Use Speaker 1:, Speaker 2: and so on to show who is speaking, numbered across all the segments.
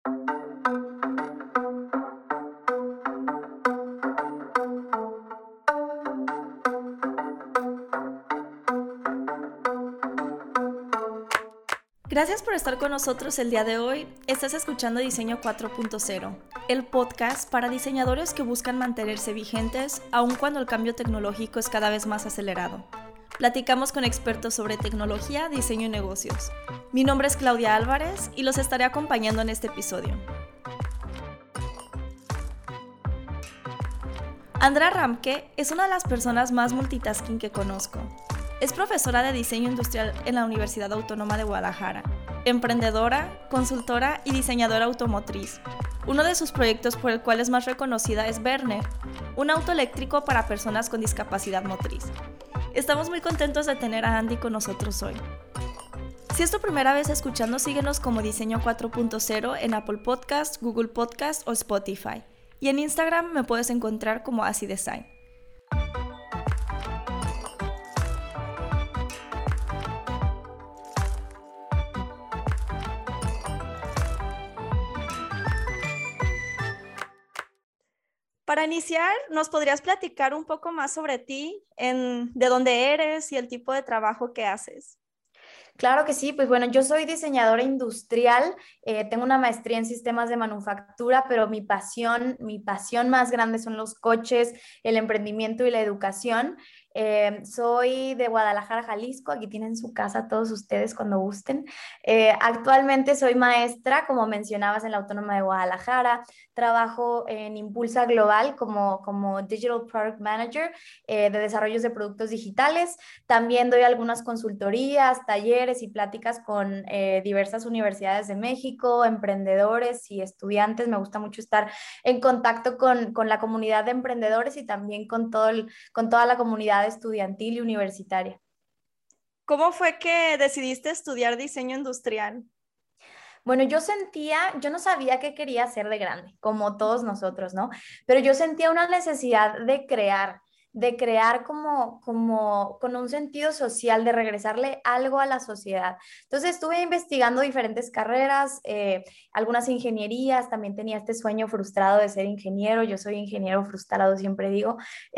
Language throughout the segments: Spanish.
Speaker 1: Gracias por estar con nosotros el día de hoy. Estás escuchando Diseño 4.0, el podcast para diseñadores que buscan mantenerse vigentes aun cuando el cambio tecnológico es cada vez más acelerado. Platicamos con expertos sobre tecnología, diseño y negocios. Mi nombre es Claudia Álvarez y los estaré acompañando en este episodio. Andrea Ramke es una de las personas más multitasking que conozco. Es profesora de diseño industrial en la Universidad Autónoma de Guadalajara, emprendedora, consultora y diseñadora automotriz. Uno de sus proyectos por el cual es más reconocida es Werner, un auto eléctrico para personas con discapacidad motriz. Estamos muy contentos de tener a Andy con nosotros hoy. Si es tu primera vez escuchando, síguenos como Diseño 4.0 en Apple Podcast, Google Podcast o Spotify. Y en Instagram me puedes encontrar como Así Design. Para iniciar, ¿nos podrías platicar un poco más sobre ti, de dónde eres y el tipo de trabajo que haces?
Speaker 2: Claro que sí, pues bueno, yo soy diseñadora industrial, tengo una maestría en sistemas de manufactura, pero mi pasión más grande son los coches, el emprendimiento y la educación. Soy de Guadalajara, Jalisco, aquí tienen su casa todos ustedes cuando gusten. Actualmente soy maestra, como mencionabas, en la Autónoma de Guadalajara, trabajo en Impulsa Global como Digital Product Manager de desarrollos de productos digitales. También doy algunas consultorías, talleres y pláticas con diversas universidades de México, emprendedores y estudiantes. Me gusta mucho estar en contacto con la comunidad de emprendedores y también con toda la comunidad estudiantil y universitaria.
Speaker 1: ¿Cómo fue que decidiste estudiar diseño industrial?
Speaker 2: Bueno, yo no sabía qué quería hacer de grande, como todos nosotros, ¿no? Pero yo sentía una necesidad de crear como con un sentido social, de regresarle algo a la sociedad. Entonces estuve investigando diferentes carreras, algunas ingenierías, también tenía este sueño frustrado de ser ingeniero, yo soy ingeniero frustrado, siempre digo,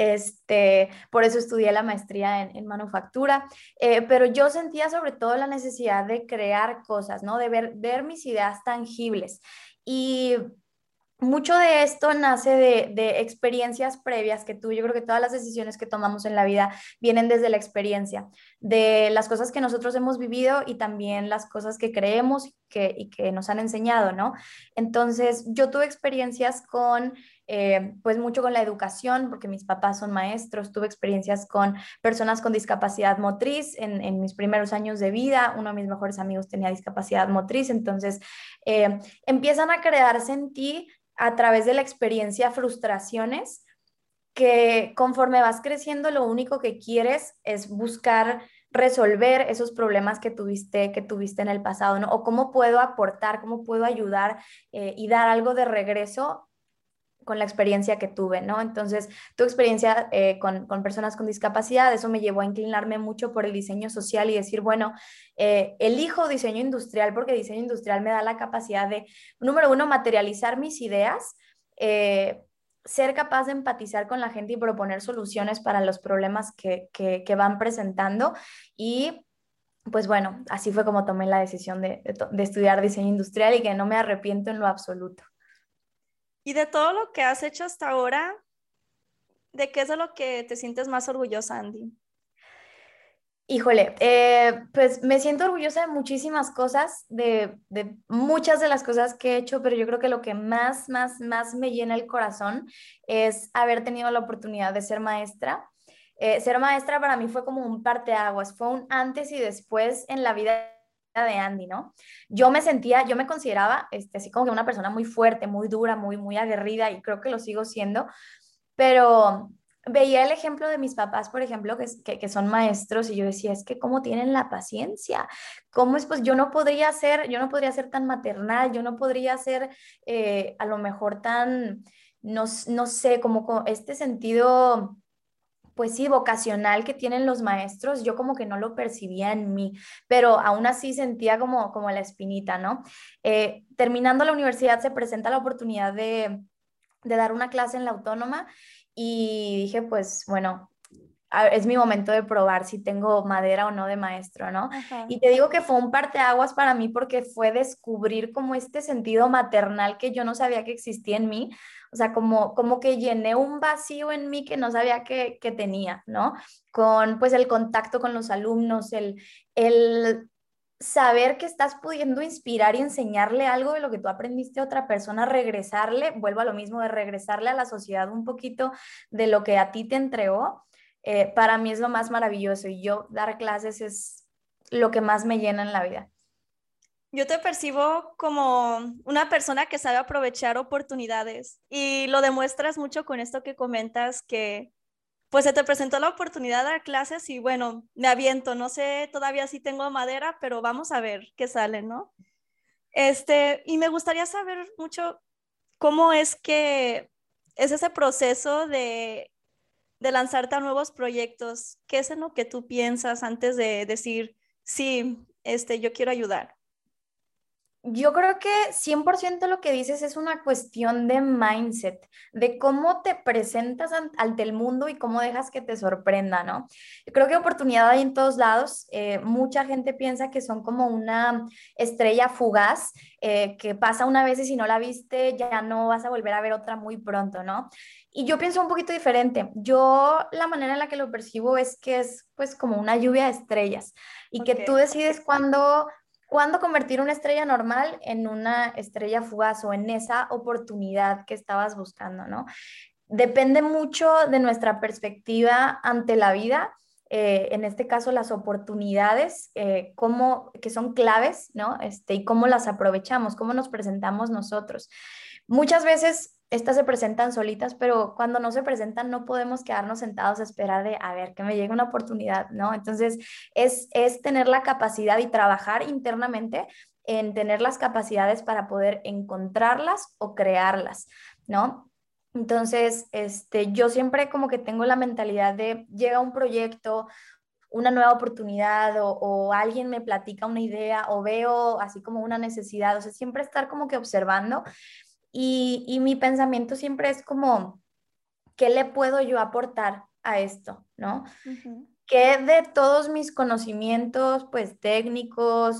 Speaker 2: por eso estudié la maestría en manufactura. Pero yo sentía sobre todo la necesidad de crear cosas, ¿no? De ver mis ideas tangibles. Y mucho de esto nace de experiencias previas que tuve. Yo creo que todas las decisiones que tomamos en la vida vienen desde la experiencia, de las cosas que nosotros hemos vivido y también las cosas que creemos y que nos han enseñado, ¿no? Entonces, yo tuve experiencias pues mucho con la educación, porque mis papás son maestros, tuve experiencias con personas con discapacidad motriz en mis primeros años de vida. Uno de mis mejores amigos tenía discapacidad motriz, entonces empiezan a crearse en ti a través de la experiencia frustraciones que conforme vas creciendo lo único que quieres es buscar resolver esos problemas que tuviste en el pasado, ¿no? O cómo puedo aportar, cómo puedo ayudar y dar algo de regreso con la experiencia que tuve, ¿no? Entonces, tu experiencia con personas con discapacidad, eso me llevó a inclinarme mucho por el diseño social y decir, bueno, elijo diseño industrial porque diseño industrial me da la capacidad de, número uno, materializar mis ideas, ser capaz de empatizar con la gente y proponer soluciones para los problemas que van presentando. Y pues bueno, así fue como tomé la decisión de estudiar diseño industrial y que no me arrepiento en lo absoluto.
Speaker 1: Y de todo lo que has hecho hasta ahora, ¿de qué es de lo que te sientes más orgullosa, Andy?
Speaker 2: Híjole, pues me siento orgullosa de muchísimas cosas, de muchas de las cosas que he hecho, pero yo creo que lo que más me llena el corazón es haber tenido la oportunidad de ser maestra. Ser maestra para mí fue como un parteaguas, fue un antes y después en la vida de Andy, ¿no? Yo me consideraba así como que una persona muy fuerte, muy dura, muy aguerrida y creo que lo sigo siendo, pero veía el ejemplo de mis papás, por ejemplo, que son maestros y yo decía, es que cómo tienen la paciencia, cómo es, pues yo no podría ser tan maternal, yo no podría ser a lo mejor tan, no sé, como este sentido pues sí, vocacional que tienen los maestros, yo como que no lo percibía en mí, pero aún así sentía como la espinita, ¿no? Terminando la universidad se presenta la oportunidad de dar una clase en la autónoma y dije, pues bueno, es mi momento de probar si tengo madera o no de maestro, ¿no?
Speaker 1: Ajá.
Speaker 2: Y te digo que fue un parteaguas para mí porque fue descubrir como este sentido maternal que yo no sabía que existía en mí, o sea, como que llené un vacío en mí que no sabía que tenía, ¿no? Con pues el contacto con los alumnos, el saber que estás pudiendo inspirar y enseñarle algo de lo que tú aprendiste a otra persona, regresarle, vuelvo a lo mismo, de regresarle a la sociedad un poquito de lo que a ti te entregó, para mí es lo más maravilloso y yo dar clases es lo que más me llena en la vida.
Speaker 1: Yo te percibo como una persona que sabe aprovechar oportunidades y lo demuestras mucho con esto que comentas que pues se te presentó la oportunidad de dar clases y bueno, me aviento, no sé todavía si tengo madera, pero vamos a ver qué sale, ¿no? Y me gustaría saber mucho cómo es que es ese proceso de lanzarte a nuevos proyectos. ¿Qué es en lo que tú piensas antes de decir, sí, yo quiero ayudar?
Speaker 2: Yo creo que 100% lo que dices es una cuestión de mindset, de cómo te presentas ante el mundo y cómo dejas que te sorprenda, ¿no? Yo creo que oportunidad hay en todos lados. Mucha gente piensa que son como una estrella fugaz, que pasa una vez y si no la viste ya no vas a volver a ver otra muy pronto, ¿no? Y yo pienso un poquito diferente. Yo la manera en la que lo percibo es que es pues como una lluvia de estrellas y que
Speaker 1: Ok.
Speaker 2: tú decides cuándo convertir una estrella normal en una estrella fugaz o en esa oportunidad que estabas buscando, ¿no? Depende mucho de nuestra perspectiva ante la vida, en este caso las oportunidades, que son claves, ¿no? Y cómo las aprovechamos, cómo nos presentamos nosotros. Muchas veces estas se presentan solitas, pero cuando no se presentan no podemos quedarnos sentados a esperar de, a ver, que me llegue una oportunidad, ¿no? Entonces, es tener la capacidad y trabajar internamente en tener las capacidades para poder encontrarlas o crearlas, ¿no? Entonces, yo siempre como que tengo la mentalidad de llega un proyecto, una nueva oportunidad o alguien me platica una idea o veo así como una necesidad, o sea, siempre estar como que observando y mi pensamiento siempre es como, ¿qué le puedo yo aportar a esto? ¿No?
Speaker 1: Ujú.
Speaker 2: ¿Qué de todos mis conocimientos, pues técnicos,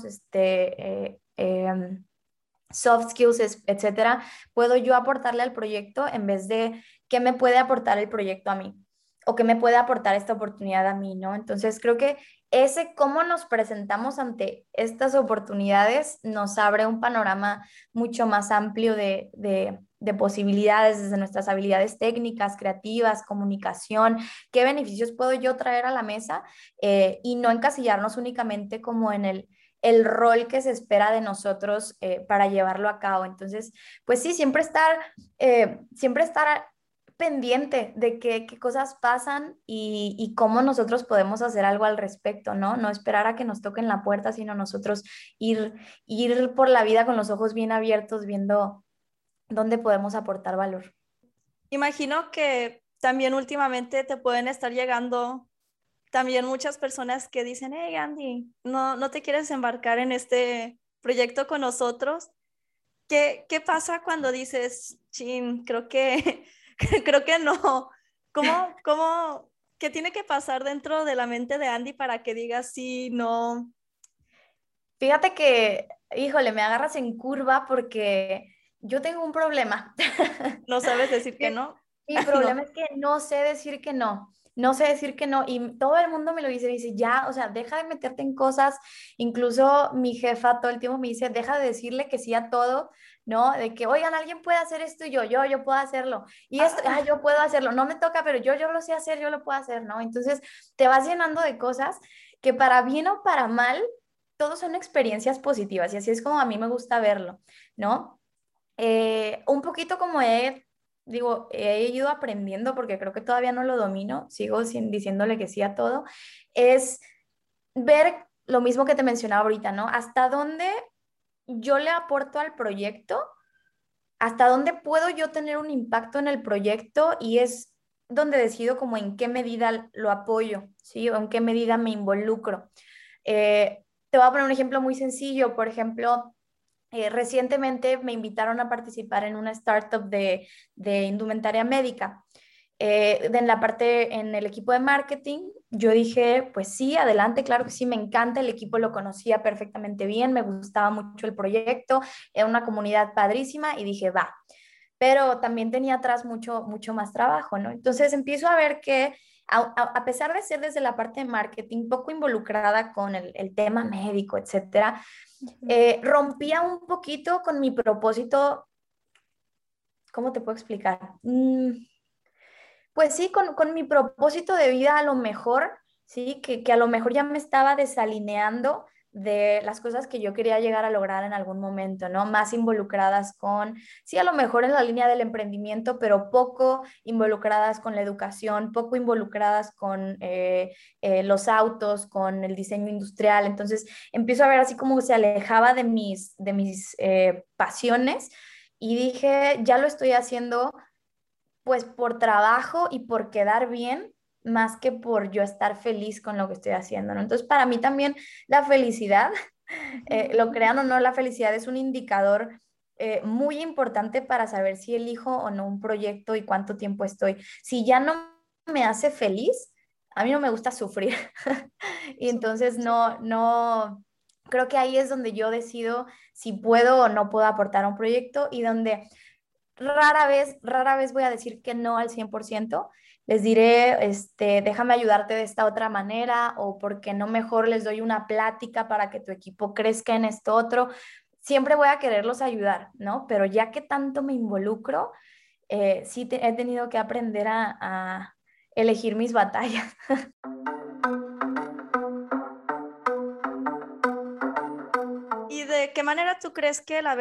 Speaker 2: soft skills, etcétera, puedo yo aportarle al proyecto en vez de qué me puede aportar el proyecto a mí o qué me puede aportar esta oportunidad a mí, ¿no? Entonces creo que ese cómo nos presentamos ante estas oportunidades nos abre un panorama mucho más amplio de posibilidades desde nuestras habilidades técnicas, creativas, comunicación, qué beneficios puedo yo traer a la mesa, y no encasillarnos únicamente como en el rol que se espera de nosotros, para llevarlo a cabo. Entonces, pues sí, siempre estar pendiente de qué cosas pasan y cómo nosotros podemos hacer algo al respecto, ¿no? No esperar a que nos toquen la puerta, sino nosotros ir, ir por la vida con los ojos bien abiertos, viendo dónde podemos aportar valor.
Speaker 1: Imagino que también últimamente te pueden estar llegando también muchas personas que dicen, hey Andy, no te quieres embarcar en este proyecto con nosotros. ¿Qué pasa cuando dices, chin, creo que, creo que no? ¿Qué tiene que pasar dentro de la mente de Andy para que diga sí, no?
Speaker 2: Fíjate que, híjole, me agarras en curva porque yo tengo un problema.
Speaker 1: ¿No sabes decir que no?
Speaker 2: Mi problema
Speaker 1: No.
Speaker 2: es que no sé decir que no, no sé decir que no y todo el mundo me dice ya, o sea, deja de meterte en cosas, incluso mi jefa todo el tiempo me dice, deja de decirle que sí a todo, ¿no? De que, oigan, alguien puede hacer esto y yo puedo hacerlo, y esto,
Speaker 1: Ah,
Speaker 2: yo puedo hacerlo, no me toca, pero yo lo sé hacer, yo lo puedo hacer, ¿no? Entonces te vas llenando de cosas que para bien o para mal, todos son experiencias positivas y así es como a mí me gusta verlo, ¿no? Un poquito como he ido aprendiendo porque creo que todavía no lo domino, sigo diciéndole que sí a todo, es ver lo mismo que te mencionaba ahorita, ¿no? Hasta dónde yo le aporto al proyecto, hasta dónde puedo yo tener un impacto en el proyecto y es donde decido como en qué medida lo apoyo, ¿sí? O en qué medida me involucro. Te voy a poner un ejemplo muy sencillo. Por ejemplo, recientemente me invitaron a participar en una startup de indumentaria médica. En la parte, en el equipo de marketing, yo dije, pues sí, adelante, claro que sí, me encanta, el equipo lo conocía perfectamente bien, me gustaba mucho el proyecto, era una comunidad padrísima y dije, va, pero también tenía atrás mucho, mucho más trabajo, ¿no? Entonces empiezo a ver que a pesar de ser desde la parte de marketing, poco involucrada con el tema médico, etcétera, rompía un poquito con mi propósito. ¿Cómo te puedo explicar? Pues sí, con mi propósito de vida a lo mejor, sí, que a lo mejor ya me estaba desalineando de las cosas que yo quería llegar a lograr en algún momento, ¿no? Más involucradas con, sí, a lo mejor en la línea del emprendimiento, pero poco involucradas con la educación, poco involucradas con los autos, con el diseño industrial. Entonces empiezo a ver así como se alejaba de mis pasiones y dije, ya lo estoy haciendo pues por trabajo y por quedar bien, más que por yo estar feliz con lo que estoy haciendo, ¿no? Entonces, para mí también la felicidad, lo crean o no, la felicidad es un indicador muy importante para saber si elijo o no un proyecto y cuánto tiempo estoy. Si ya no me hace feliz, a mí no me gusta sufrir. Y entonces no, creo que ahí es donde yo decido si puedo o no puedo aportar a un proyecto y donde rara vez voy a decir que no al 100%. Les diré, déjame ayudarte de esta otra manera o porque no mejor les doy una plática para que tu equipo crezca en esto otro. Siempre voy a quererlos ayudar, ¿no? Pero ya que tanto me involucro, sí he tenido que aprender a elegir mis batallas.
Speaker 1: ¿Y de qué manera tú crees que el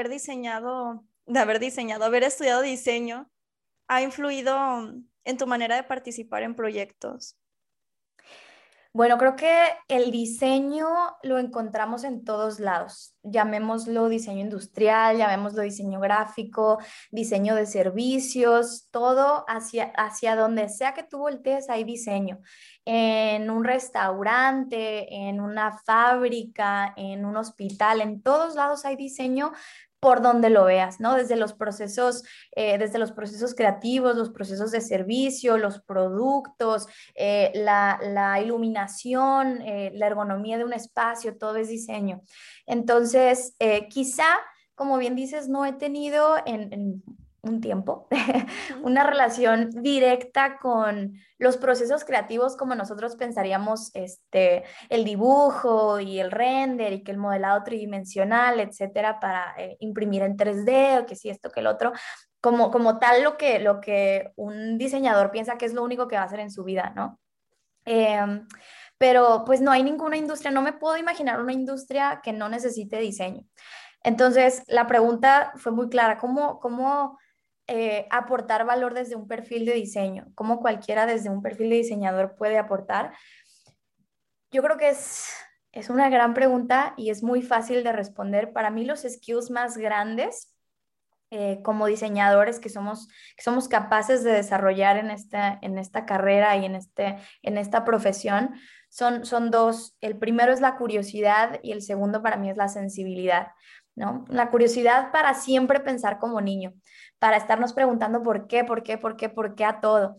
Speaker 1: haber estudiado diseño ha influido en tu manera de participar en proyectos?
Speaker 2: Bueno, creo que el diseño lo encontramos en todos lados. Llamémoslo diseño industrial, llamémoslo diseño gráfico, diseño de servicios, todo hacia donde sea que tú voltees hay diseño. En un restaurante, en una fábrica, en un hospital, en todos lados hay diseño por donde lo veas, ¿no? Desde los procesos creativos, los procesos de servicio, los productos, la iluminación, la ergonomía de un espacio, todo es diseño. Entonces, quizá, como bien dices, no he tenido en un tiempo una relación directa con los procesos creativos como nosotros pensaríamos, el dibujo y el render y que el modelado tridimensional, etcétera, para imprimir en 3D o que si esto, que el otro, como tal lo que un diseñador piensa que es lo único que va a hacer en su vida, ¿no? Em, pero pues no hay ninguna industria, no me puedo imaginar una industria que no necesite diseño. Entonces, la pregunta fue muy clara, ¿cómo aportar valor desde un perfil de diseño? ¿Cómo cualquiera desde un perfil de diseñador puede aportar? Yo creo que es una gran pregunta y es muy fácil de responder. Para mí los skills más grandes como diseñadores que somos capaces de desarrollar en esta carrera y en esta profesión son dos. El primero es la curiosidad y el segundo para mí es la sensibilidad, ¿no? La curiosidad para siempre pensar como niño, para estarnos preguntando por qué a todo.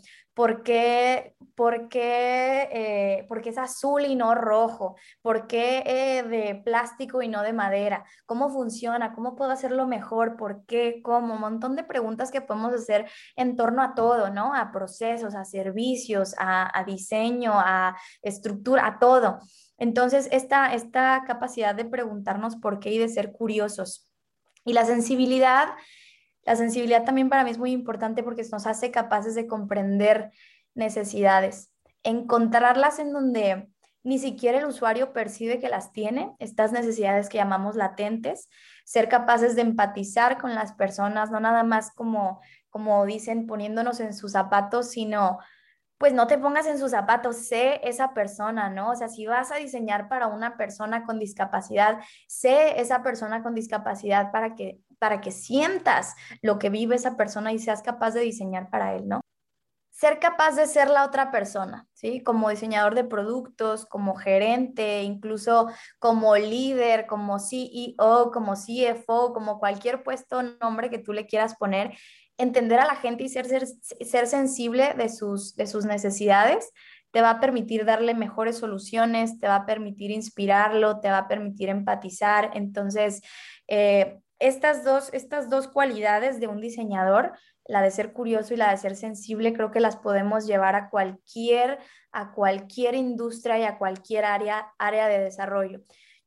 Speaker 2: ¿Por qué es azul y no rojo? ¿Por qué de plástico y no de madera? ¿Cómo funciona? ¿Cómo puedo hacerlo mejor? ¿Por qué? ¿Cómo? Un montón de preguntas que podemos hacer en torno a todo, ¿no? A procesos, a servicios, a diseño, a estructura, a todo. Entonces, esta capacidad de preguntarnos por qué y de ser curiosos. Y la sensibilidad también para mí es muy importante porque nos hace capaces de comprender necesidades, encontrarlas en donde ni siquiera el usuario percibe que las tiene, estas necesidades que llamamos latentes, ser capaces de empatizar con las personas, no nada más como dicen, poniéndonos en sus zapatos, sino pues no te pongas en sus zapatos, sé esa persona, ¿no? O sea, si vas a diseñar para una persona con discapacidad, sé esa persona con discapacidad para que sientas lo que vive esa persona y seas capaz de diseñar para él, ¿no? ser capaz de ser la otra persona, ¿sí? Como diseñador de productos, como gerente, incluso como líder, como CEO, como CFO, como cualquier puesto, nombre que tú le quieras poner, entender a la gente y ser sensible de sus necesidades te va a permitir darle mejores soluciones, te va a permitir inspirarlo, te va a permitir empatizar. Entonces, estas dos cualidades de un diseñador, la de ser curioso y la de ser sensible, creo que las podemos llevar a cualquier industria y a cualquier área de desarrollo.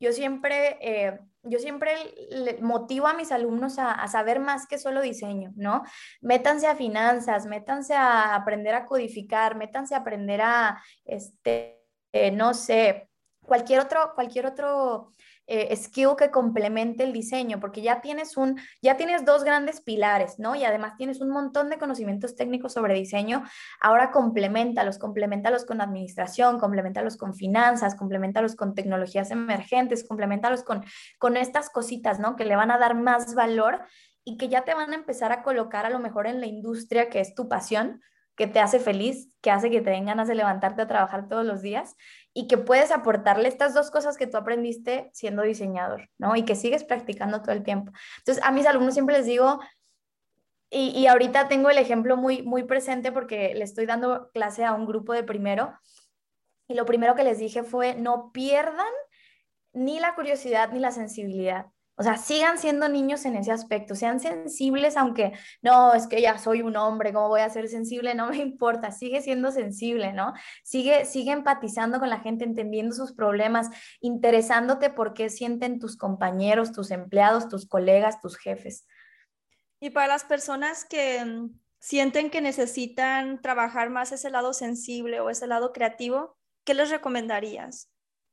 Speaker 2: Yo siempre motivo a mis alumnos a saber más que solo diseño, ¿no? Métanse a finanzas, métanse a aprender a codificar, métanse a aprender a, no sé, cualquier otro skill que complemente el diseño, porque ya tienes dos grandes pilares, ¿no? Y además tienes un montón de conocimientos técnicos sobre diseño. Ahora compleméntalos con administración, compleméntalos con finanzas, compleméntalos con tecnologías emergentes, compleméntalos con estas cositas, ¿no? Que le van a dar más valor y que ya te van a empezar a colocar a lo mejor en la industria que es tu pasión, que te hace feliz, que hace que te den ganas de levantarte a trabajar todos los días y que puedes aportarle estas dos cosas que tú aprendiste siendo diseñador, ¿no? Y que sigues practicando todo el tiempo. Entonces, a mis alumnos siempre les digo, y ahorita tengo el ejemplo muy presente porque le estoy dando clase a un grupo de primero, y lo primero que les dije fue, no pierdan ni la curiosidad ni la sensibilidad. O sea, sigan siendo niños en ese aspecto, sean sensibles, aunque no, es que ya soy un hombre, ¿cómo voy a ser sensible? No me importa, sigue siendo sensible, ¿no? Sigue empatizando con la gente, entendiendo sus problemas, interesándote por qué sienten tus compañeros, tus empleados, tus colegas, tus jefes.
Speaker 1: Y para las personas que sienten que necesitan trabajar más ese lado sensible o ese lado creativo, ¿qué les recomendarías?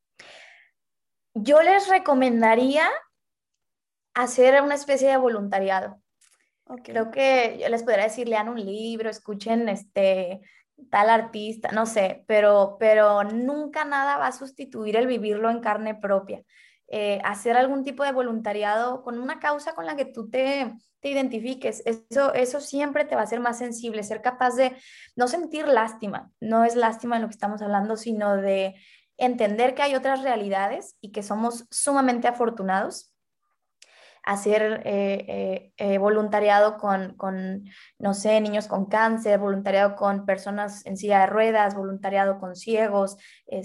Speaker 2: Yo les recomendaría hacer una especie de voluntariado.
Speaker 1: Ok.
Speaker 2: Creo que yo les podría decir, lean un libro, escuchen tal artista, no sé, pero nunca nada va a sustituir el vivirlo en carne propia. Hacer algún tipo de voluntariado con una causa con la que tú te identifiques, eso siempre te va a hacer más sensible, ser capaz de no sentir lástima, no es lástima en lo que estamos hablando, sino de entender que hay otras realidades y que somos sumamente afortunados hacer voluntariado no sé, niños con cáncer, voluntariado con personas en silla de ruedas, voluntariado con ciegos,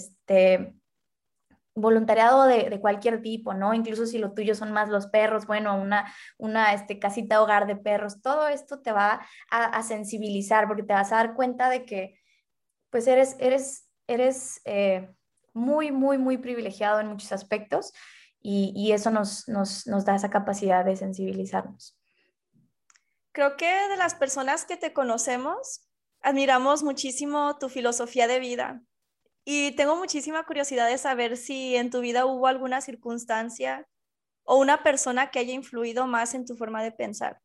Speaker 2: voluntariado de cualquier tipo, ¿no? Incluso si lo tuyo son más los perros, bueno, una casita hogar de perros, todo esto te va a sensibilizar porque te vas a dar cuenta de que pues eres muy privilegiado en muchos aspectos y eso nos da esa capacidad de sensibilizarnos.
Speaker 1: Creo que de las personas que te conocemos, admiramos muchísimo tu filosofía de vida y tengo muchísima curiosidad de saber si en tu vida hubo alguna circunstancia o una persona que haya influido más en tu forma de pensar.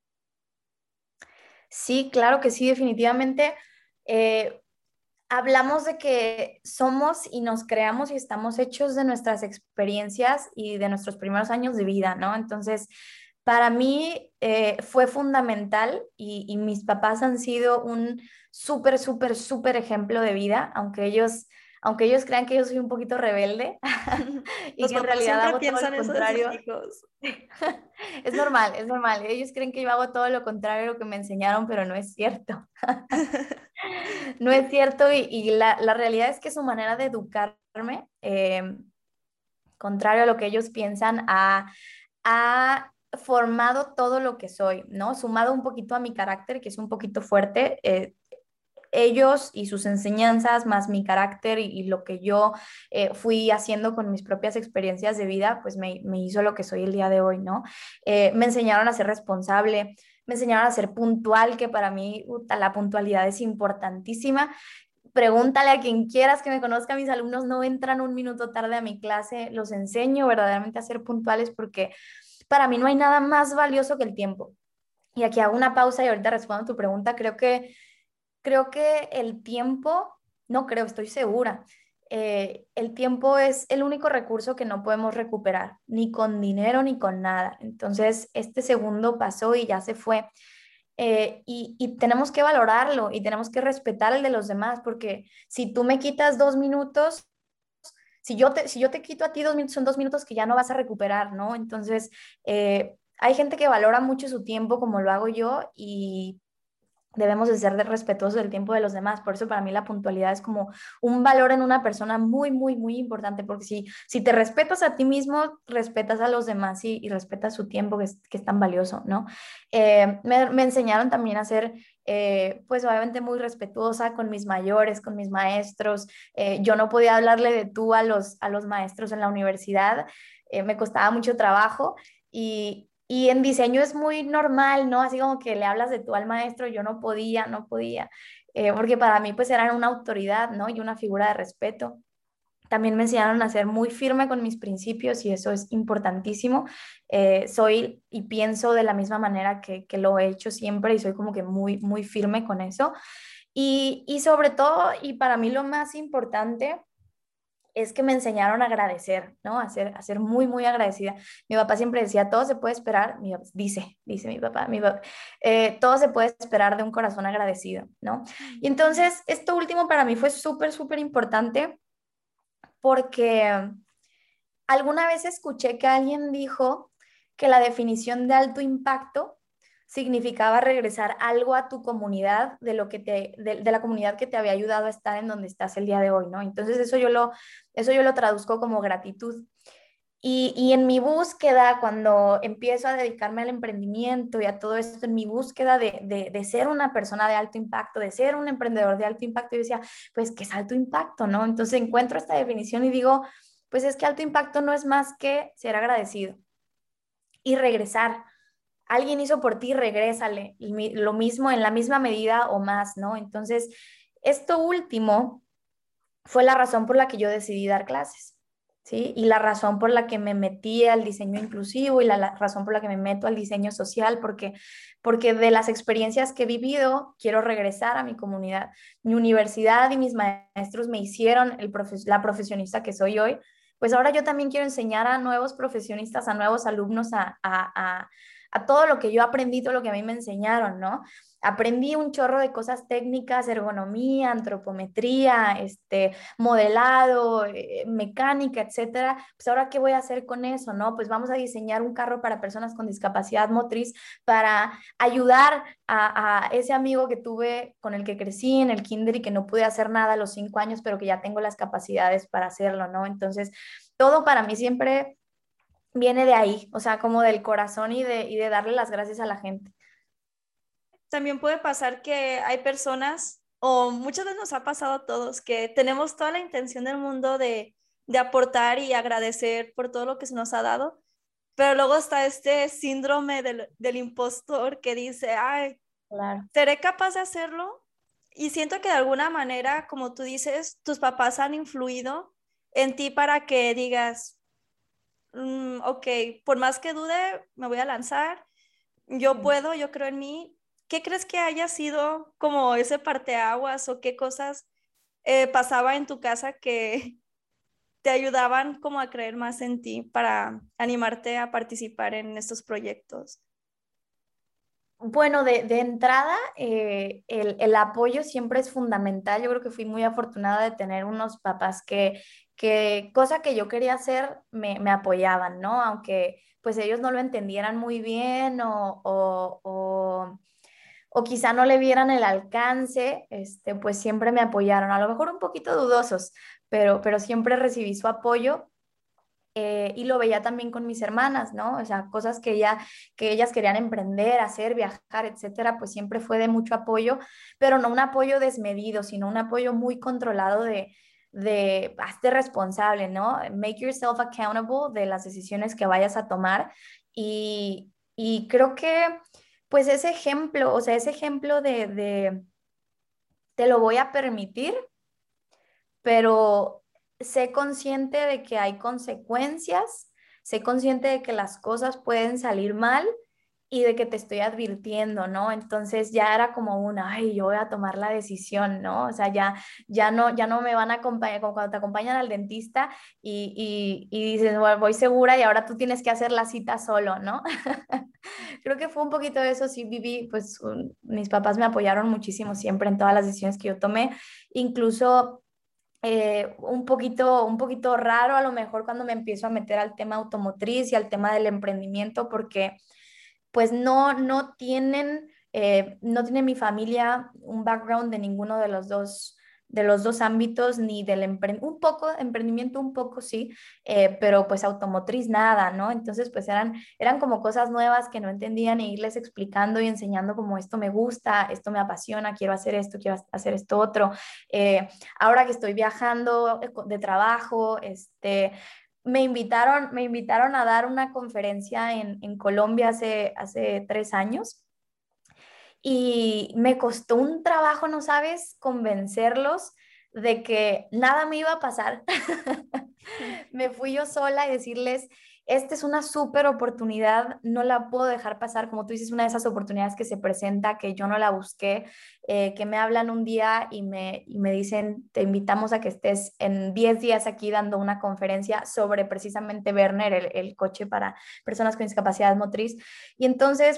Speaker 2: Sí, claro que sí, definitivamente. Eh, Hablamos de que somos y nos creamos y estamos hechos de nuestras experiencias y de nuestros primeros años de vida, ¿no? Entonces, para mí fue fundamental y mis papás han sido un súper ejemplo de vida, aunque ellos crean que yo soy un poquito rebelde y
Speaker 1: Los
Speaker 2: que en
Speaker 1: papás
Speaker 2: realidad
Speaker 1: siempre
Speaker 2: hago todo
Speaker 1: piensan
Speaker 2: lo
Speaker 1: eso de sus
Speaker 2: contrario.
Speaker 1: hijos.
Speaker 2: Es normal, es normal. Ellos creen que yo hago todo lo contrario a lo que me enseñaron, pero no es cierto. No es cierto y la realidad es que su manera de educarme, contrario a lo que ellos piensan, ha formado todo lo que soy, ¿no? Sumado un poquito a mi carácter, que es un poquito fuerte. Ellos y sus enseñanzas, más mi carácter y lo que yo fui haciendo con mis propias experiencias de vida, pues me hizo lo que soy el día de hoy, ¿no? Me enseñaron a ser responsable, me enseñaron a ser puntual, que para mí la puntualidad es importantísima. Pregúntale a quien quieras que me conozca, mis alumnos no entran un minuto tarde a mi clase, los enseño verdaderamente a ser puntuales porque para mí no hay nada más valioso que el tiempo. Y aquí hago una pausa y ahorita respondo a tu pregunta. Creo que el tiempo, no creo, estoy segura, el tiempo es el único recurso que no podemos recuperar, ni con dinero ni con nada. Entonces, este segundo pasó y ya se fue. y tenemos que valorarlo y tenemos que respetar el de los demás, porque si tú me quitas 2 minutos, si yo te quito a ti 2 minutos, son 2 minutos que ya no vas a recuperar, ¿no? Entonces, hay gente que valora mucho su tiempo como lo hago yo y debemos de ser respetuosos del tiempo de los demás. Por eso para mí la puntualidad es como un valor en una persona muy, muy, muy importante, porque si te respetas a ti mismo, respetas a los demás y respetas su tiempo, que es tan valioso, ¿no? Me enseñaron también a ser, pues obviamente muy respetuosa con mis mayores, con mis maestros. Yo no podía hablarle de tú a los maestros en la universidad, me costaba mucho trabajo. Y en diseño es muy normal, ¿no? Así como que le hablas de tú al maestro, yo no podía, porque para mí pues eran una autoridad, ¿no? Y una figura de respeto. También me enseñaron a ser muy firme con mis principios y eso es importantísimo. Soy y pienso de la misma manera que lo he hecho siempre y soy como que muy, muy firme con eso. Y sobre todo, y para mí lo más importante, es que me enseñaron a agradecer, ¿no? A ser muy, muy agradecida. Mi papá siempre decía, todo se puede esperar, dice mi papá, todo se puede esperar de un corazón agradecido, ¿no? Y entonces, esto último para mí fue súper, súper importante porque alguna vez escuché que alguien dijo que la definición de alto impacto significaba regresar algo a tu comunidad de la comunidad que te había ayudado a estar en donde estás el día de hoy, ¿no? Entonces eso yo lo traduzco como gratitud. Y en mi búsqueda, cuando empiezo a dedicarme al emprendimiento y a todo esto, en mi búsqueda de ser una persona de alto impacto, de ser un emprendedor de alto impacto, yo decía, pues, ¿qué es alto impacto, no? Entonces encuentro esta definición y digo, pues es que alto impacto no es más que ser agradecido y regresar. Alguien hizo por ti, regrésale. Y lo mismo en la misma medida o más, ¿no? Entonces, esto último fue la razón por la que yo decidí dar clases, ¿sí? Y la razón por la que me metí al diseño inclusivo y la razón por la que me meto al diseño social, porque de las experiencias que he vivido, quiero regresar a mi comunidad. Mi universidad y mis maestros me hicieron la profesionista que soy hoy, pues ahora yo también quiero enseñar a nuevos profesionistas, a nuevos alumnos, a todo lo que yo aprendí, todo lo que a mí me enseñaron, ¿no? Aprendí un chorro de cosas técnicas, ergonomía, antropometría, modelado, mecánica, etcétera. Pues ahora, ¿qué voy a hacer con eso, no? Pues vamos a diseñar un carro para personas con discapacidad motriz para ayudar a ese amigo que tuve, con el que crecí en el kinder y que no pude hacer nada a los 5 años, pero que ya tengo las capacidades para hacerlo, ¿no? Entonces, todo para mí siempre viene de ahí, o sea, como del corazón y de darle las gracias a la gente.
Speaker 1: También puede pasar que hay personas, o muchas veces nos ha pasado a todos, que tenemos toda la intención del mundo de aportar y agradecer por todo lo que se nos ha dado, pero luego está este síndrome del impostor que dice, ay,
Speaker 2: Claro.
Speaker 1: ¿seré capaz de hacerlo? Y siento que de alguna manera, como tú dices, tus papás han influido en ti para que digas, ok, por más que dude, me voy a lanzar, yo puedo, yo creo en mí. ¿Qué crees que haya sido como ese parteaguas o qué cosas pasaba en tu casa que te ayudaban como a creer más en ti para animarte a participar en estos proyectos?
Speaker 2: Bueno, de entrada, el apoyo siempre es fundamental. Yo creo que fui muy afortunada de tener unos papás que cosa que yo quería hacer, me apoyaban, ¿no? Aunque pues ellos no lo entendieran muy bien o quizá no le vieran el alcance, pues siempre me apoyaron. A lo mejor un poquito dudosos, pero siempre recibí su apoyo. Y lo veía también con mis hermanas, ¿no? O sea, cosas que ellas querían emprender, hacer, viajar, etcétera, pues siempre fue de mucho apoyo, pero no un apoyo desmedido, sino un apoyo muy controlado de hazte responsable, ¿no? Make yourself accountable de las decisiones que vayas a tomar. Y creo que, pues ese ejemplo, o sea, ese ejemplo de te lo voy a permitir, pero sé consciente de que hay consecuencias, sé consciente de que las cosas pueden salir mal y de que te estoy advirtiendo, ¿no? Entonces ya era como ay, yo voy a tomar la decisión, ¿no? O sea, ya no me van a acompañar, como cuando te acompañan al dentista y dices, bueno, voy segura y ahora tú tienes que hacer la cita solo, ¿no? Creo que fue un poquito de eso, sí viví, pues mis papás me apoyaron muchísimo siempre en todas las decisiones que yo tomé, incluso un poquito raro a lo mejor cuando me empiezo a meter al tema automotriz y al tema del emprendimiento, porque pues no tiene mi familia un background de ninguno de los dos ámbitos, ni del un poco, emprendimiento un poco sí, pero pues automotriz nada, ¿no? Entonces pues eran como cosas nuevas que no entendían e irles explicando y enseñando como esto me gusta, esto me apasiona, quiero hacer esto, quiero hacer esto otro. Ahora que estoy viajando de trabajo, me invitaron a dar una conferencia en Colombia hace 3 años y me costó un trabajo, no sabes, convencerlos de que nada me iba a pasar. Me fui yo sola y decirles, esta es una súper oportunidad, no la puedo dejar pasar, como tú dices, una de esas oportunidades que se presenta, que yo no la busqué, que me hablan un día y me dicen, te invitamos a que estés en 10 días aquí dando una conferencia sobre precisamente Werner, el coche para personas con discapacidad motriz. Y entonces,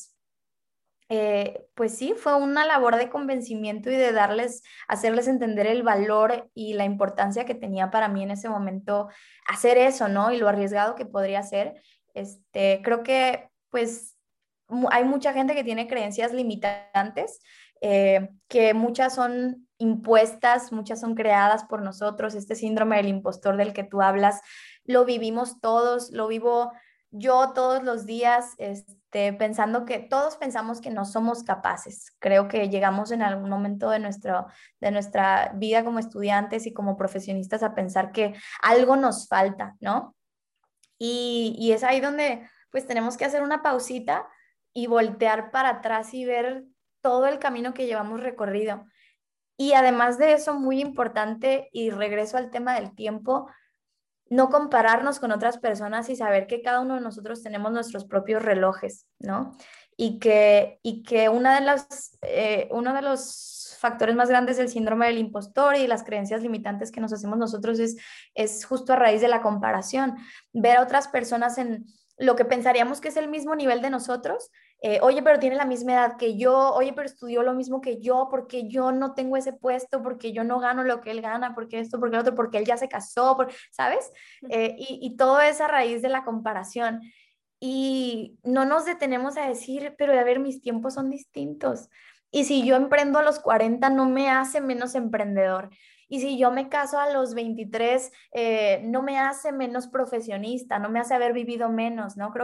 Speaker 2: pues sí, fue una labor de convencimiento y de hacerles entender el valor y la importancia que tenía para mí en ese momento hacer eso, ¿no? Y lo arriesgado que podría ser. Creo que pues hay mucha gente que tiene creencias limitantes, que muchas son impuestas, muchas son creadas por nosotros. Este síndrome del impostor del que tú hablas, lo vivimos todos, lo vivo yo todos los días, pensando que todos pensamos que no somos capaces. Creo que llegamos en algún momento de nuestra vida como estudiantes y como profesionistas a pensar que algo nos falta, ¿no? Y es ahí donde pues tenemos que hacer una pausita y voltear para atrás y ver todo el camino que llevamos recorrido. Y además de eso, muy importante, y regreso al tema del tiempo, no compararnos con otras personas y saber que cada uno de nosotros tenemos nuestros propios relojes, ¿no? Y que uno de los factores más grandes del síndrome del impostor y las creencias limitantes que nos hacemos nosotros es justo a raíz de la comparación. Ver a otras personas en lo que pensaríamos que es el mismo nivel de nosotros. Oye, pero tiene la misma edad que yo, oye, pero estudió lo mismo que yo, porque yo no tengo ese puesto, porque yo no gano lo que él gana, porque esto, porque lo otro, porque él ya se casó, ¿sabes? Y todo es a raíz de la comparación. Y no nos detenemos a decir, pero a ver, mis tiempos son distintos. Y si yo emprendo a los 40 no me hace menos emprendedor. Y si yo me caso a los 23, no me hace menos profesionista, no me hace haber vivido menos, ¿no?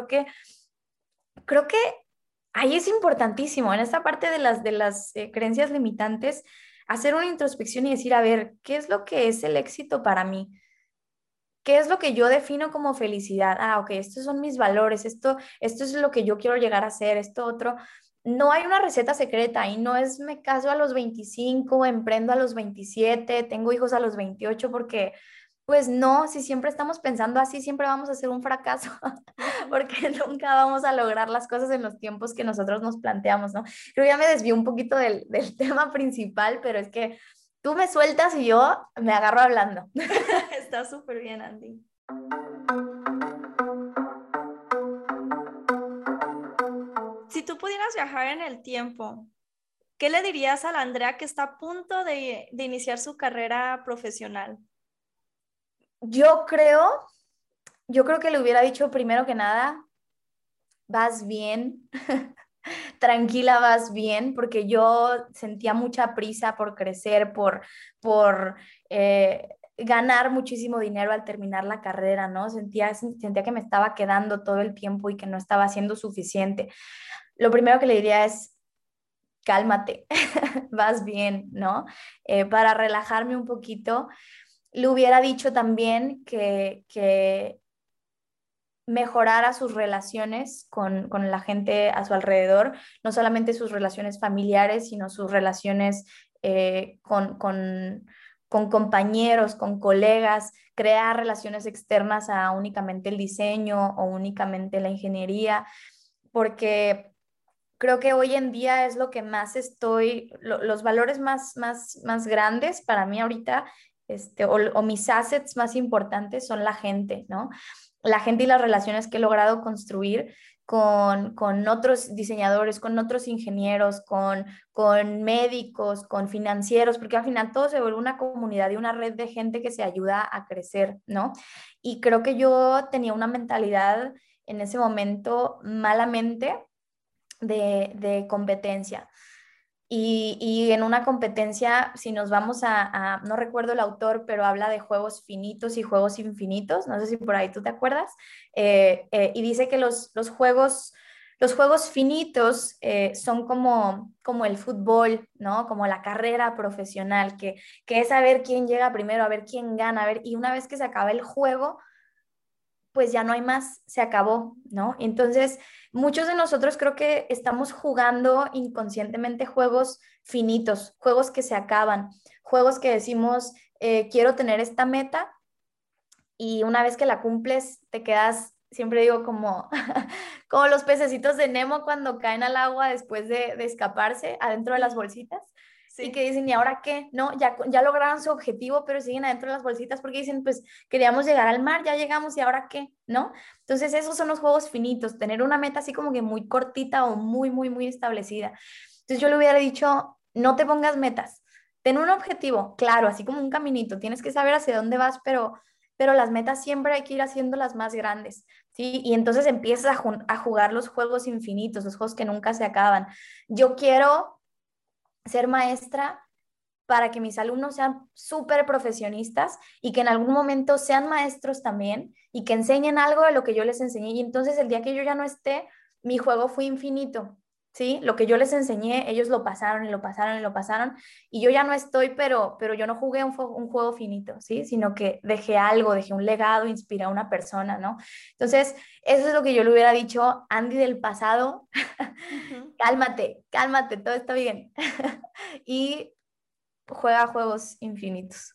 Speaker 2: Creo que ahí es importantísimo, en esta parte de las creencias limitantes, hacer una introspección y decir, a ver, ¿qué es lo que es el éxito para mí? ¿Qué es lo que yo defino como felicidad? Ah, ok, estos son mis valores, esto es lo que yo quiero llegar a ser, esto otro. No hay una receta secreta y no es me caso a los 25, emprendo a los 27, tengo hijos a los 28, porque pues no, si siempre estamos pensando así, siempre vamos a ser un fracaso, porque nunca vamos a lograr las cosas en los tiempos que nosotros nos planteamos, ¿no? Creo que ya me desvió un poquito del tema principal, pero es que tú me sueltas y yo me agarro hablando.
Speaker 1: Está súper bien, Andy. Si tú pudieras viajar en el tiempo, ¿qué le dirías a la Andrea que está a punto de iniciar su carrera profesional?
Speaker 2: Yo creo, yo creo que le hubiera dicho primero que nada, vas bien, tranquila, vas bien, porque yo sentía mucha prisa por crecer, por ganar muchísimo dinero al terminar la carrera, ¿no? Sentía que me estaba quedando todo el tiempo y que no estaba haciendo suficiente. Lo primero que le diría es, cálmate, vas bien, ¿no? Para relajarme un poquito. Le hubiera dicho también que mejorara sus relaciones con la gente a su alrededor, no solamente sus relaciones familiares, sino sus relaciones con compañeros, con colegas, crear relaciones externas a únicamente el diseño o únicamente la ingeniería, porque creo que hoy en día es lo que más los valores más grandes para mí ahorita, o mis assets más importantes son la gente, ¿no? La gente y las relaciones que he logrado construir con otros diseñadores, con otros ingenieros, con médicos, con financieros, porque al final todo se vuelve una comunidad y una red de gente que se ayuda a crecer, ¿no? Y creo que yo tenía una mentalidad en ese momento malamente de competencia. Y en una competencia, si nos vamos no recuerdo el autor, pero habla de juegos finitos y juegos infinitos, no sé si por ahí tú te acuerdas, y dice que los juegos finitos son como el fútbol, ¿no? Como la carrera profesional, que es a ver quién llega primero, a ver quién gana, a ver, y una vez que se acaba el juego, pues ya no hay más, se acabó, ¿no? Entonces, muchos de nosotros creo que estamos jugando inconscientemente juegos finitos, juegos que se acaban, juegos que decimos, quiero tener esta meta y una vez que la cumples, te quedas, siempre digo, como, como los pececitos de Nemo cuando caen al agua después de escaparse adentro de las bolsitas. Y
Speaker 1: Sí.
Speaker 2: que dicen, ¿y ahora qué? ¿No? Ya lograron su objetivo, pero siguen adentro de las bolsitas porque dicen, pues queríamos llegar al mar, ya llegamos, ¿y ahora qué? ¿No? Entonces esos son los juegos finitos, tener una meta así como que muy cortita o muy, muy, muy establecida. Entonces yo le hubiera dicho, no te pongas metas, ten un objetivo, claro, así como un caminito, tienes que saber hacia dónde vas, pero las metas siempre hay que ir haciendo las más grandes, ¿sí? Y entonces empiezas a jugar los juegos infinitos, los juegos que nunca se acaban. Yo quiero ser maestra para que mis alumnos sean súper profesionistas y que en algún momento sean maestros también y que enseñen algo de lo que yo les enseñé. Y entonces el día que yo ya no esté, mi juego fue infinito, ¿sí? Lo que yo les enseñé, ellos lo pasaron y lo pasaron y lo pasaron y yo ya no estoy, pero yo no jugué un juego finito, ¿sí? Sino que dejé algo, dejé un legado, inspiré a una persona, ¿no? Entonces, eso es lo que yo le hubiera dicho a Andy del pasado.
Speaker 1: Ujú.
Speaker 2: Cálmate, cálmate, todo está bien. Y juega juegos infinitos.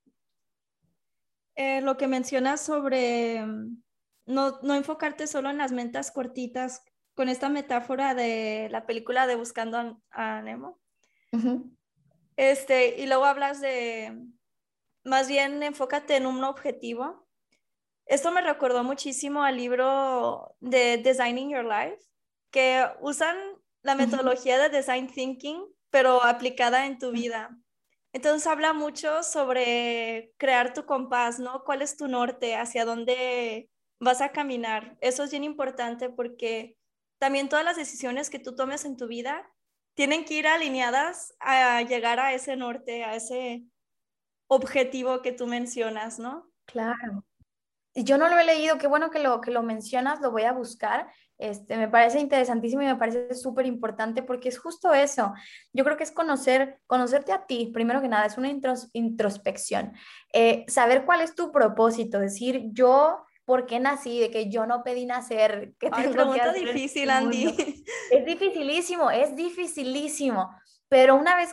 Speaker 1: Lo que mencionas sobre no enfocarte solo en las metas cortitas, con esta metáfora de la película de Buscando a Nemo.
Speaker 2: Ujú,
Speaker 1: Y luego hablas de, más bien enfócate en un objetivo. Esto me recordó muchísimo al libro de Designing Your Life, que usan la
Speaker 2: ujú.
Speaker 1: metodología de Design Thinking, pero aplicada en tu vida. Entonces habla mucho sobre crear tu compás, ¿no? ¿Cuál es tu norte? ¿Hacia dónde vas a caminar? Eso es bien importante porque también todas las decisiones que tú tomes en tu vida tienen que ir alineadas a llegar a ese norte, a ese objetivo que tú mencionas, ¿no?
Speaker 2: Claro. Y yo no lo he leído, qué bueno que lo mencionas, lo voy a buscar. Me parece interesantísimo y me parece súper importante porque es justo eso. Yo creo que es conocerte a ti, primero que nada, es una introspección. Saber cuál es tu propósito, decir yo, ¿por qué nací? De que yo no pedí nacer, ¿qué
Speaker 1: Ay,
Speaker 2: tengo que
Speaker 1: pregunta
Speaker 2: hacer en
Speaker 1: difícil,
Speaker 2: este mundo?
Speaker 1: Andy.
Speaker 2: Es dificilísimo, pero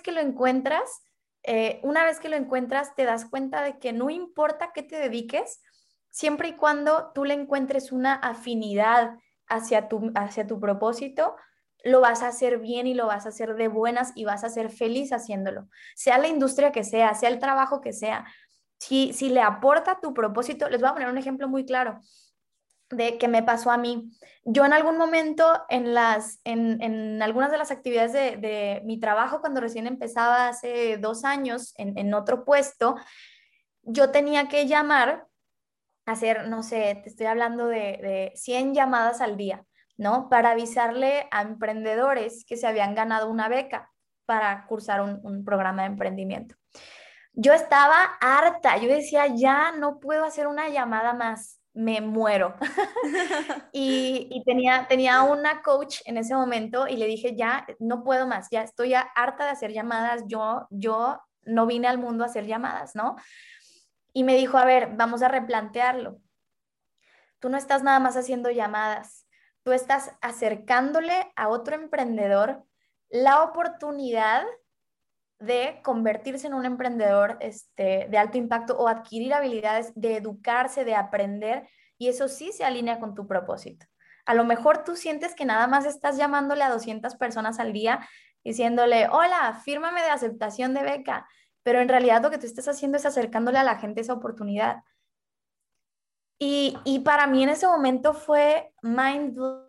Speaker 2: una vez que lo encuentras, te das cuenta de que no importa qué te dediques, siempre y cuando tú le encuentres una afinidad hacia tu propósito, lo vas a hacer bien y lo vas a hacer de buenas y vas a ser feliz haciéndolo. Sea la industria que sea el trabajo que sea. Si le aporta tu propósito, les voy a poner un ejemplo muy claro de que me pasó a mí. Yo en algún momento en algunas de las actividades de mi trabajo, cuando recién empezaba hace 2 años en otro puesto, yo tenía que llamar, hacer, no sé, te estoy hablando de 100 llamadas al día, ¿no? Para avisarle a emprendedores que se habían ganado una beca para cursar un programa de emprendimiento. Yo estaba harta, yo decía, ya no puedo hacer una llamada más, me muero. Y tenía una coach en ese momento y le dije, ya no puedo más, ya estoy harta de hacer llamadas, yo no vine al mundo a hacer llamadas, ¿no? Y me dijo, a ver, vamos a replantearlo. Tú no estás nada más haciendo llamadas, tú estás acercándole a otro emprendedor la oportunidad de convertirse en un emprendedor de alto impacto o adquirir habilidades de educarse, de aprender, y eso sí se alinea con tu propósito. A lo mejor tú sientes que nada más estás llamándole a 200 personas al día diciéndole, hola, fírmame de aceptación de beca, pero en realidad lo que tú estás haciendo es acercándole a la gente esa oportunidad. Y para mí en ese momento fue mind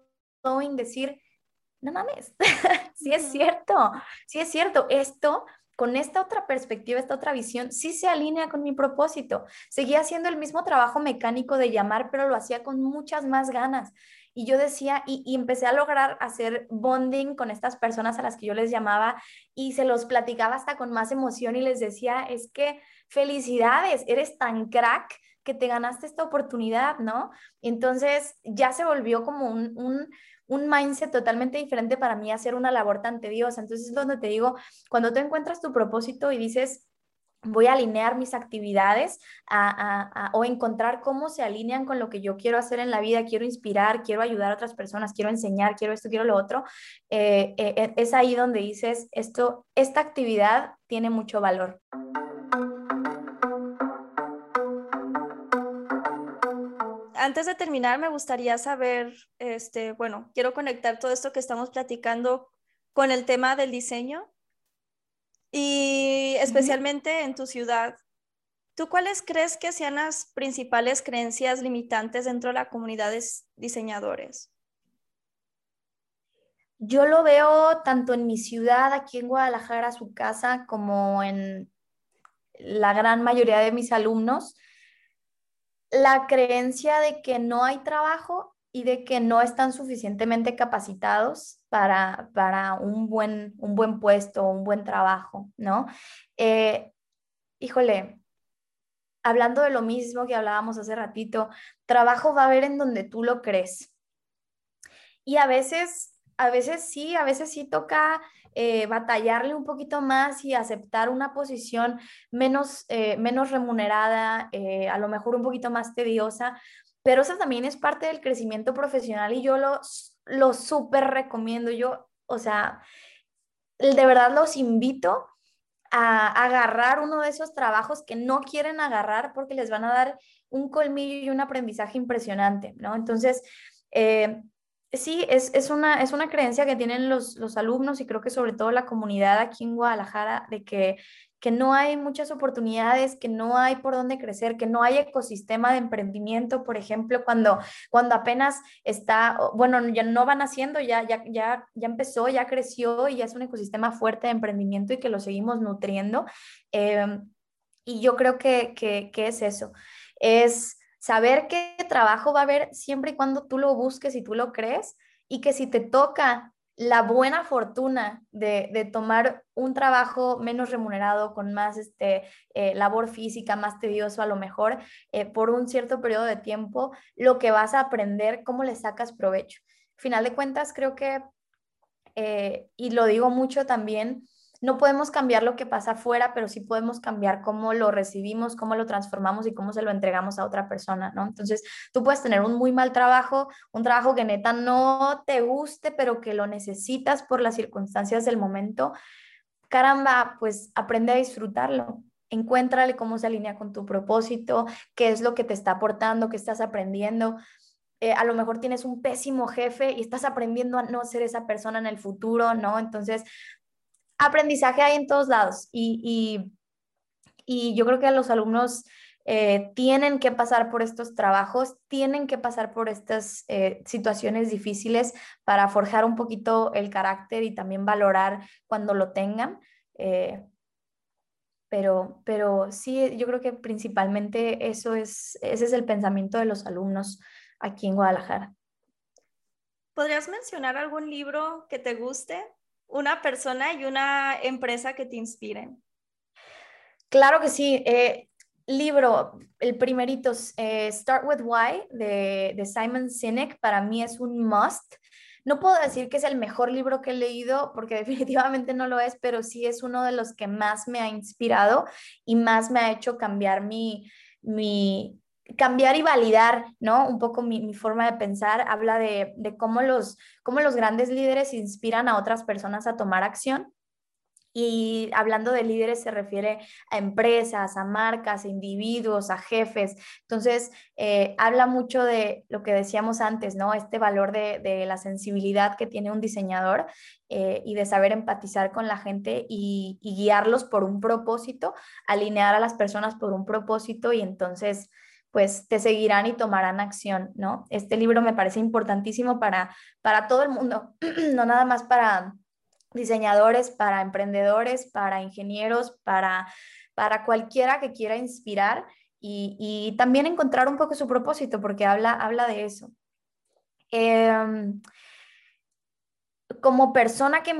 Speaker 2: blowing decir, no mames,
Speaker 1: Ujú.
Speaker 2: sí es cierto, esto con esta otra perspectiva, esta otra visión, sí se alinea con mi propósito. Seguía haciendo el mismo trabajo mecánico de llamar, pero lo hacía con muchas más ganas. Y yo decía, y empecé a lograr hacer bonding con estas personas a las que yo les llamaba y se los platicaba hasta con más emoción y les decía, es que felicidades, eres tan crack que te ganaste esta oportunidad, ¿no? Entonces ya se volvió como un mindset totalmente diferente para mí hacer una labor tan tediosa. Entonces es donde te digo, cuando tú encuentras tu propósito y dices, voy a alinear mis actividades o encontrar cómo se alinean con lo que yo quiero hacer en la vida, quiero inspirar, quiero ayudar a otras personas, quiero enseñar, quiero esto, quiero lo otro, es ahí donde dices, esta actividad tiene mucho valor.
Speaker 1: Antes de terminar, me gustaría saber, bueno, quiero conectar todo esto que estamos platicando con el tema del diseño y
Speaker 2: Uh -huh.
Speaker 1: especialmente en tu ciudad. ¿Tú cuáles crees que sean las principales creencias limitantes dentro de la comunidad de diseñadores?
Speaker 2: Yo lo veo tanto en mi ciudad, aquí en Guadalajara, su casa, como en la gran mayoría de mis alumnos, la creencia de que no hay trabajo y de que no están suficientemente capacitados para un buen puesto, un buen trabajo, ¿no? Eh, híjole, hablando de lo mismo que hablábamos hace ratito, trabajo va a haber en donde tú lo crees. Y a veces sí toca batallarle un poquito más y aceptar una posición menos remunerada, a lo mejor un poquito más tediosa, pero eso también es parte del crecimiento profesional y yo lo súper recomiendo. Yo, o sea, de verdad los invito a agarrar uno de esos trabajos que no quieren agarrar porque les van a dar un colmillo y un aprendizaje impresionante, ¿no? Entonces, eh, sí, es una creencia que tienen los alumnos y creo que sobre todo la comunidad aquí en Guadalajara de que no hay muchas oportunidades, que no hay por dónde crecer, que no hay ecosistema de emprendimiento, por ejemplo, cuando apenas está, bueno, ya no van haciendo, ya empezó, ya creció y ya es un ecosistema fuerte de emprendimiento y que lo seguimos nutriendo. Eh, y yo creo que es eso, es saber qué trabajo va a haber siempre y cuando tú lo busques y tú lo crees y que si te toca la buena fortuna de tomar un trabajo menos remunerado, con más labor física, más tedioso a lo mejor, por un cierto periodo de tiempo, lo que vas a aprender, cómo le sacas provecho. Final de cuentas, creo que y lo digo mucho también, no podemos cambiar lo que pasa afuera, pero sí podemos cambiar cómo lo recibimos, cómo lo transformamos y cómo se lo entregamos a otra persona, ¿no? Entonces, tú puedes tener un muy mal trabajo, un trabajo que neta no te guste, pero que lo necesitas por las circunstancias del momento. Caramba, pues aprende a disfrutarlo. Encuéntrale cómo se alinea con tu propósito, qué es lo que te está aportando, qué estás aprendiendo. A lo mejor tienes un pésimo jefe y estás aprendiendo a no ser esa persona en el futuro, ¿no? Entonces, aprendizaje hay en todos lados y yo creo que los alumnos tienen que pasar por estos trabajos, tienen que pasar por estas situaciones difíciles para forjar un poquito el carácter y también valorar cuando lo tengan. Eh, pero sí, yo creo que principalmente ese es el pensamiento de los alumnos aquí en Guadalajara.
Speaker 1: ¿Podrías mencionar algún libro que te guste? Una persona y una empresa que te inspiren.
Speaker 2: Claro que sí. Libro, el primerito, Start with Why de Simon Sinek, para mí es un must. No puedo decir que es el mejor libro que he leído porque definitivamente no lo es, pero sí es uno de los que más me ha inspirado y más me ha hecho cambiar cambiar y validar, ¿no? Un poco mi forma de pensar. Habla de cómo los grandes líderes inspiran a otras personas a tomar acción y hablando de líderes se refiere a empresas, a marcas, a individuos, a jefes. Entonces, habla mucho de lo que decíamos antes, ¿no? Este valor de la sensibilidad que tiene un diseñador y de saber empatizar con la gente y guiarlos por un propósito, alinear a las personas por un propósito y entonces pues te seguirán y tomarán acción, ¿no? Este libro me parece importantísimo para todo el mundo, no nada más para diseñadores, para emprendedores, para ingenieros, para cualquiera que quiera inspirar y también encontrar un poco su propósito, porque habla de eso. Como persona que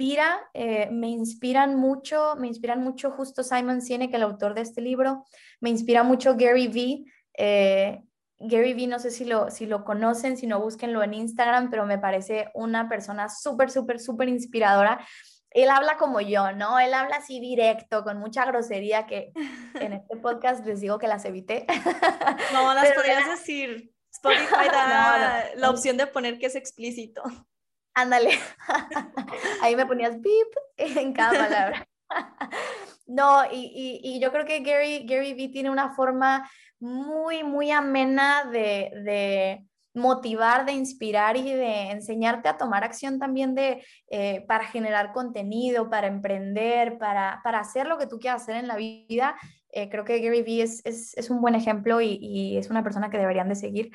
Speaker 2: me inspiran mucho justo Simon Sinek, el autor de este libro, me inspira mucho Gary Vee. Gary Vee, no sé si lo conocen, si no, búsquenlo en Instagram, pero me parece una persona súper, súper, súper inspiradora. Él habla como yo, ¿no? Él habla así directo, con mucha grosería, que en este podcast les digo que las evité.
Speaker 1: No, las
Speaker 2: Pero
Speaker 1: podrías decir. Spotify
Speaker 2: no,
Speaker 1: da la
Speaker 2: no.
Speaker 1: opción de poner que es explícito.
Speaker 2: Ándale. Ahí me ponías beep en cada palabra. No, y yo creo que Gary Vee tiene una forma muy, muy amena de motivar, de inspirar y de enseñarte a tomar acción también para generar contenido, para emprender, para hacer lo que tú quieras hacer en la vida. Creo que Gary Vee es un buen ejemplo y es una persona que deberían de seguir.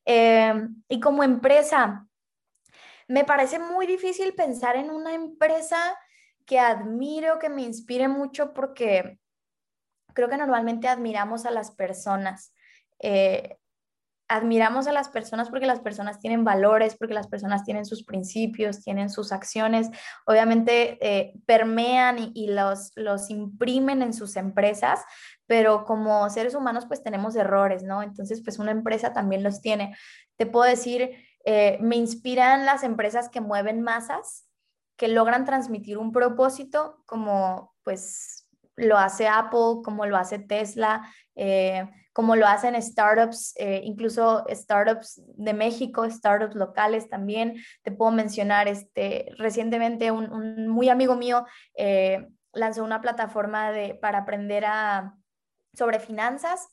Speaker 2: Y como empresa, me parece muy difícil pensar en una empresa que admiro, que me inspire mucho, porque creo que normalmente admiramos a las personas. Eh, Admiramos a las personas porque las personas tienen valores, porque las personas tienen sus principios, tienen sus acciones, obviamente permean y los imprimen en sus empresas, pero como seres humanos pues tenemos errores, ¿no? Entonces pues una empresa también los tiene. Te puedo decir, me inspiran las empresas que mueven masas, que logran transmitir un propósito como pues lo hace Apple, como lo hace Tesla, como lo hacen startups, incluso startups de México, startups locales también. Te puedo mencionar, recientemente un muy amigo mío lanzó una plataforma para aprender sobre finanzas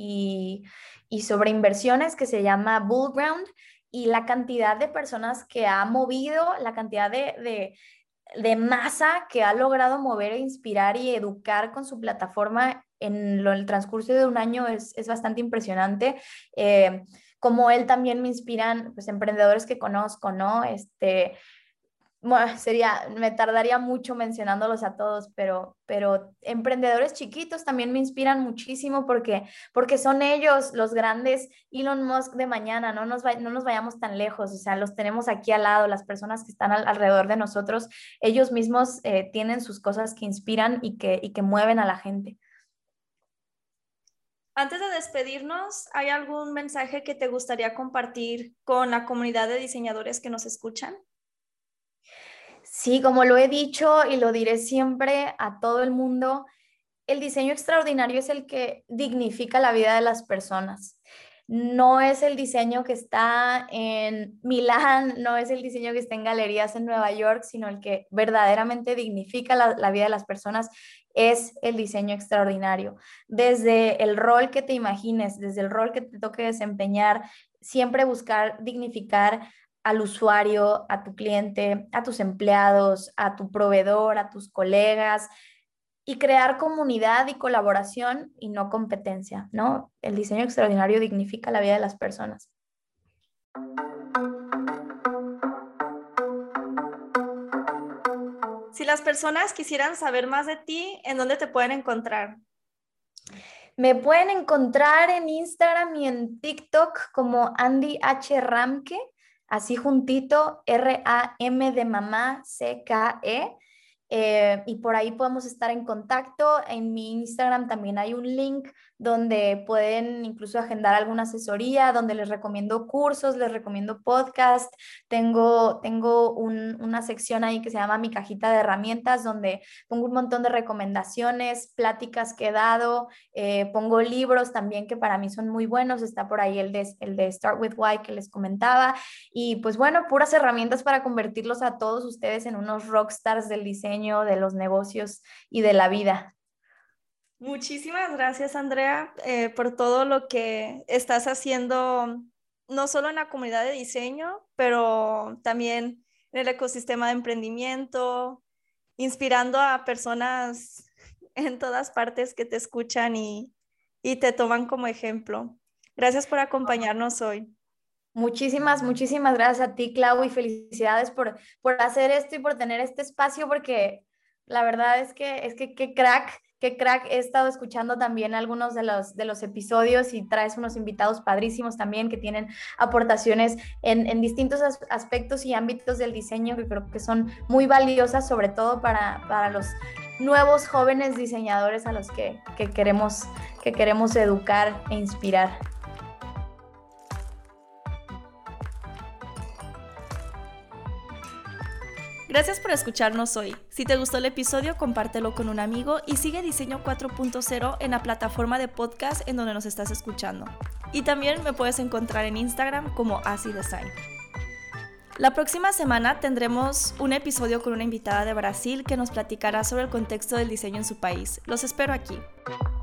Speaker 2: y sobre inversiones que se llama Bullground, y la cantidad de personas que ha movido, la cantidad de masa que ha logrado mover e inspirar y educar con su plataforma el transcurso de un año es bastante impresionante. Como él también me inspiran pues emprendedores que conozco, ¿no? Bueno, me tardaría mucho mencionándolos a todos, pero emprendedores chiquitos también me inspiran muchísimo porque son ellos los grandes Elon Musk de mañana. No nos vayamos tan lejos, o sea, los tenemos aquí al lado, las personas que están alrededor de nosotros, ellos mismos tienen sus cosas que inspiran y que mueven a la gente.
Speaker 1: Antes de despedirnos, ¿hay algún mensaje que te gustaría compartir con la comunidad de diseñadores que nos escuchan?
Speaker 2: Sí, como lo he dicho y lo diré siempre a todo el mundo, el diseño extraordinario es el que dignifica la vida de las personas. No es el diseño que está en Milán, no es el diseño que está en galerías en Nueva York, sino el que verdaderamente dignifica la vida de las personas, es el diseño extraordinario. Desde el rol que te imagines, desde el rol que te toque desempeñar, siempre buscar dignificar al usuario, a tu cliente, a tus empleados, a tu proveedor, a tus colegas, y crear comunidad y colaboración y no competencia, ¿no? El diseño extraordinario dignifica la vida de las personas.
Speaker 1: Si las personas quisieran saber más de ti, ¿en dónde te pueden encontrar?
Speaker 2: Me pueden encontrar en Instagram y en TikTok como Andy H. Ramke, así juntito, R-A-M de mamá, C-K-E. Y por ahí podemos estar en contacto. En mi Instagram también hay un link donde pueden incluso agendar alguna asesoría, donde les recomiendo cursos, les recomiendo podcast. Tengo una sección ahí que se llama Mi Cajita de Herramientas, donde pongo un montón de recomendaciones, pláticas que he dado, pongo libros también que para mí son muy buenos. Está por ahí el de Start with Why que les comentaba. Y pues bueno, puras herramientas para convertirlos a todos ustedes en unos rockstars del diseño, de los negocios y de la vida.
Speaker 1: Muchísimas gracias, Andrea, por todo lo que estás haciendo, no solo en la comunidad de diseño, pero también en el ecosistema de emprendimiento, inspirando a personas en todas partes que te escuchan y te toman como ejemplo. Gracias por acompañarnos hoy.
Speaker 2: Muchísimas gracias a ti, Clau, y felicidades por hacer esto y por tener este espacio, porque la verdad es que qué crack, he estado escuchando también algunos de los episodios y traes unos invitados padrísimos también que tienen aportaciones en distintos aspectos y ámbitos del diseño que creo que son muy valiosas, sobre todo para los nuevos jóvenes diseñadores a los que queremos educar e inspirar.
Speaker 1: Gracias por escucharnos hoy. Si te gustó el episodio, compártelo con un amigo y sigue Diseño 4.0 en la plataforma de podcast en donde nos estás escuchando. Y también me puedes encontrar en Instagram como AsiDesign. La próxima semana tendremos un episodio con una invitada de Brasil que nos platicará sobre el contexto del diseño en su país. Los espero aquí.